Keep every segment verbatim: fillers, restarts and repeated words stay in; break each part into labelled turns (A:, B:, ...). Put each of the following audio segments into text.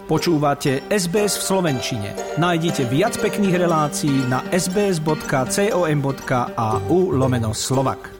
A: Počúvate es bé es v slovenčine. Nájdite viac pekných relácií na sbs.com.au lomeno Slovak.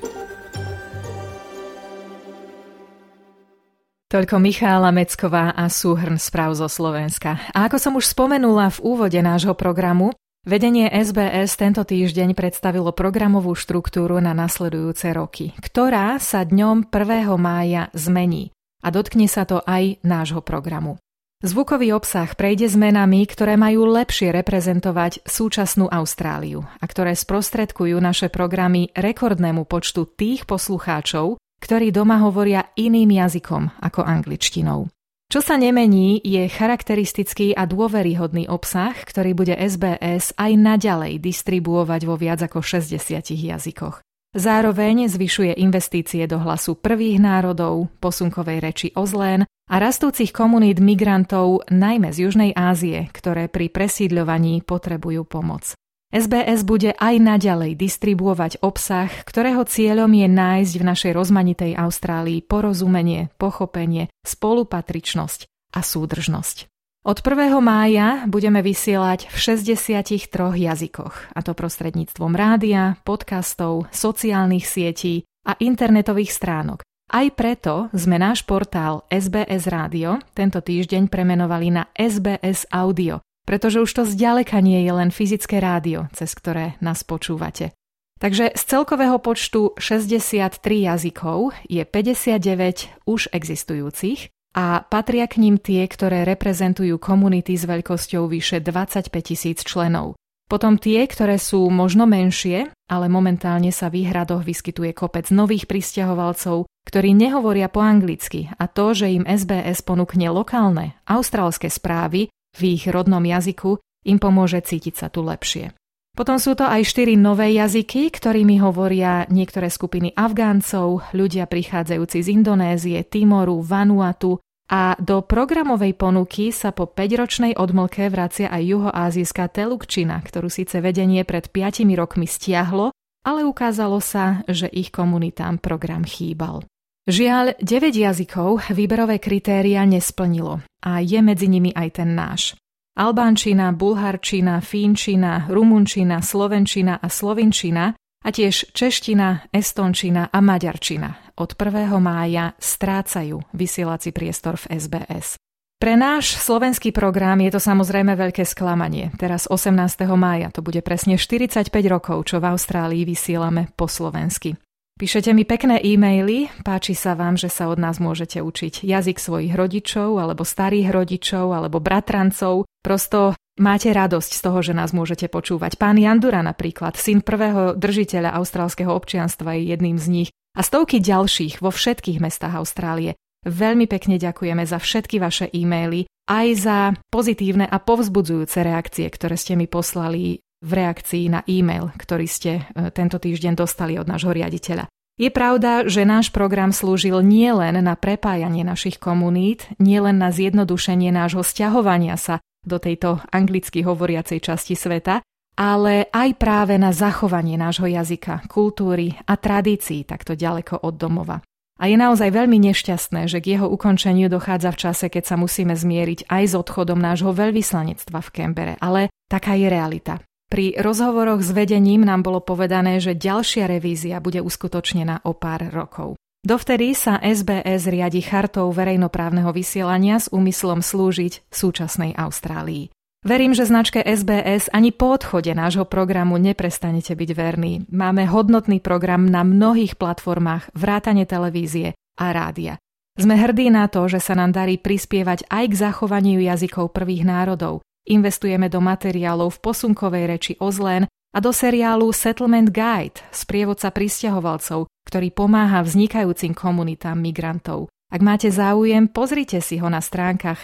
B: Toľko Michála Mecková a súhrn správ zo Slovenska. A ako som už spomenula v úvode nášho programu, vedenie es bé es tento týždeň predstavilo programovú štruktúru na nasledujúce roky, ktorá sa dňom prvého mája zmení a dotkne sa to aj nášho programu. Zvukový obsah prejde zmenami, ktoré majú lepšie reprezentovať súčasnú Austráliu a ktoré sprostredkujú naše programy rekordnému počtu tých poslucháčov, ktorí doma hovoria iným jazykom ako angličtinou. Čo sa nemení, je charakteristický a dôveryhodný obsah, ktorý bude es bé es aj naďalej distribuovať vo viac ako šesťdesiatich jazykoch. Zároveň zvyšuje investície do hlasu prvých národov, posunkovej reči ozlén a rastúcich komunít migrantov, najmä z Južnej Ázie, ktoré pri presídľovaní potrebujú pomoc. es bé es bude aj naďalej distribuovať obsah, ktorého cieľom je nájsť v našej rozmanitej Austrálii porozumenie, pochopenie, spolupatričnosť a súdržnosť. Od prvého mája budeme vysielať v šesťdesiatich troch jazykoch, a to prostredníctvom rádia, podcastov, sociálnych sietí a internetových stránok. Aj preto sme náš portál es bé es Rádio tento týždeň premenovali na es bé es Audio, pretože už to zďaleka nie je len fyzické rádio, cez ktoré nás počúvate. Takže z celkového počtu šesťdesiattri jazykov je päťdesiatdeväť už existujúcich a patria k ním tie, ktoré reprezentujú komunity s veľkosťou vyše dvadsaťpäť tisíc členov. Potom tie, ktoré sú možno menšie, ale momentálne sa v ich hradoch vyskytuje kopec nových prisťahovalcov, ktorí nehovoria po anglicky, a to, že im es bé es ponúkne lokálne, austrálske správy v ich rodnom jazyku, im pomôže cítiť sa tu lepšie. Potom sú to aj štyri nové jazyky, ktorými hovoria niektoré skupiny Afgáncov, ľudia prichádzajúci z Indonézie, Timoru, Vanuatu a do programovej ponuky sa po päťročnej odmlke vracia aj juhoázijská telukčina, ktorú síce vedenie pred piatimi rokmi stiahlo, ale ukázalo sa, že ich komunitám program chýbal. Žiaľ, deväť jazykov výberové kritéria nesplnilo a je medzi nimi aj ten náš. Albánčina, bulharčina, fínčina, rumunčina, slovenčina a slovinčina a tiež čeština, estončina a maďarčina od prvého mája strácajú vysielací priestor v es bé es. Pre náš slovenský program je to samozrejme veľké sklamanie. Teraz osemnásteho mája to bude presne štyridsaťpäť rokov, čo v Austrálii vysielame po slovensky. Píšete mi pekné e-maily, páči sa vám, že sa od nás môžete učiť jazyk svojich rodičov, alebo starých rodičov, alebo bratrancov. Prosto máte radosť z toho, že nás môžete počúvať. Pán Jandura napríklad, syn prvého držiteľa austrálskeho občianstva, je jedným z nich. A stovky ďalších vo všetkých mestách Austrálie. Veľmi pekne ďakujeme za všetky vaše e-maily, aj za pozitívne a povzbudzujúce reakcie, ktoré ste mi poslali v reakcii na e-mail, ktorý ste tento týždeň dostali od nášho riaditeľa. Je pravda, že náš program slúžil nielen na prepájanie našich komunít, nielen na zjednodušenie nášho sťahovania sa do tejto anglicky hovoriacej časti sveta, ale aj práve na zachovanie nášho jazyka, kultúry a tradícií takto ďaleko od domova. A je naozaj veľmi nešťastné, že k jeho ukončeniu dochádza v čase, keď sa musíme zmieriť aj s odchodom nášho veľvyslanectva v Canbere, ale taká je realita. Pri rozhovoroch s vedením nám bolo povedané, že ďalšia revízia bude uskutočnená o pár rokov. Dovtedy sa es bé es riadi chartou verejnoprávneho vysielania s úmyslom slúžiť súčasnej Austrálii. Verím, že značke es bé es ani po odchode nášho programu neprestanete byť verní. Máme hodnotný program na mnohých platformách, vrátane televízie a rádia. Sme hrdí na to, že sa nám darí prispievať aj k zachovaniu jazykov prvých národov. Investujeme do materiálov v posunkovej reči ozlén a do seriálu Settlement Guide, sprievodca prisťahovalcov, ktorý pomáha vznikajúcim komunitám migrantov. Ak máte záujem, pozrite si ho na stránkach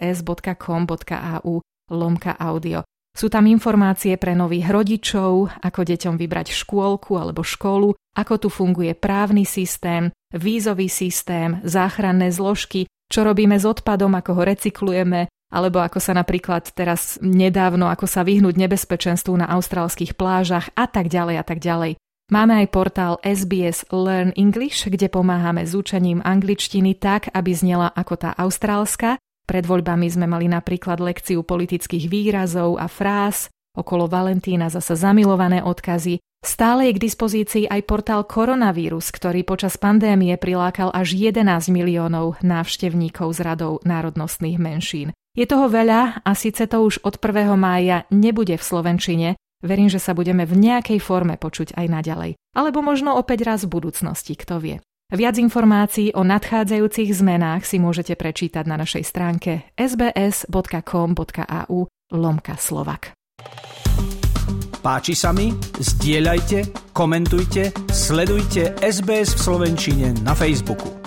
B: sbs.com.au lomka audio. Sú tam informácie pre nových rodičov, ako deťom vybrať škôlku alebo školu, ako tu funguje právny systém, vízový systém, záchranné zložky, čo robíme s odpadom, ako ho recyklujeme, alebo ako sa napríklad teraz nedávno, ako sa vyhnúť nebezpečenstvu na austrálskych plážach a tak ďalej a tak ďalej. Máme aj portál es bé es Learn English, kde pomáhame s učením angličtiny tak, aby znela ako tá austrálska, Pred voľbami sme mali napríklad lekciu politických výrazov a fráz, okolo Valentína zasa zamilované odkazy. Stále je k dispozícii aj portál Koronavírus, ktorý počas pandémie prilákal až jedenásť miliónov návštevníkov z radov národnostných menšín. Je toho veľa a síce to už od prvého mája nebude v slovenčine. Verím, že sa budeme v nejakej forme počuť aj naďalej. Alebo možno opäť raz v budúcnosti, kto vie. Viac informácií o nadchádzajúcich zmenách si môžete prečítať na našej stránke sbs.com.au lomka Slovak.
A: Páči sa mi? Zdieľajte, komentujte, sledujte es bé es v slovenčine na Facebooku.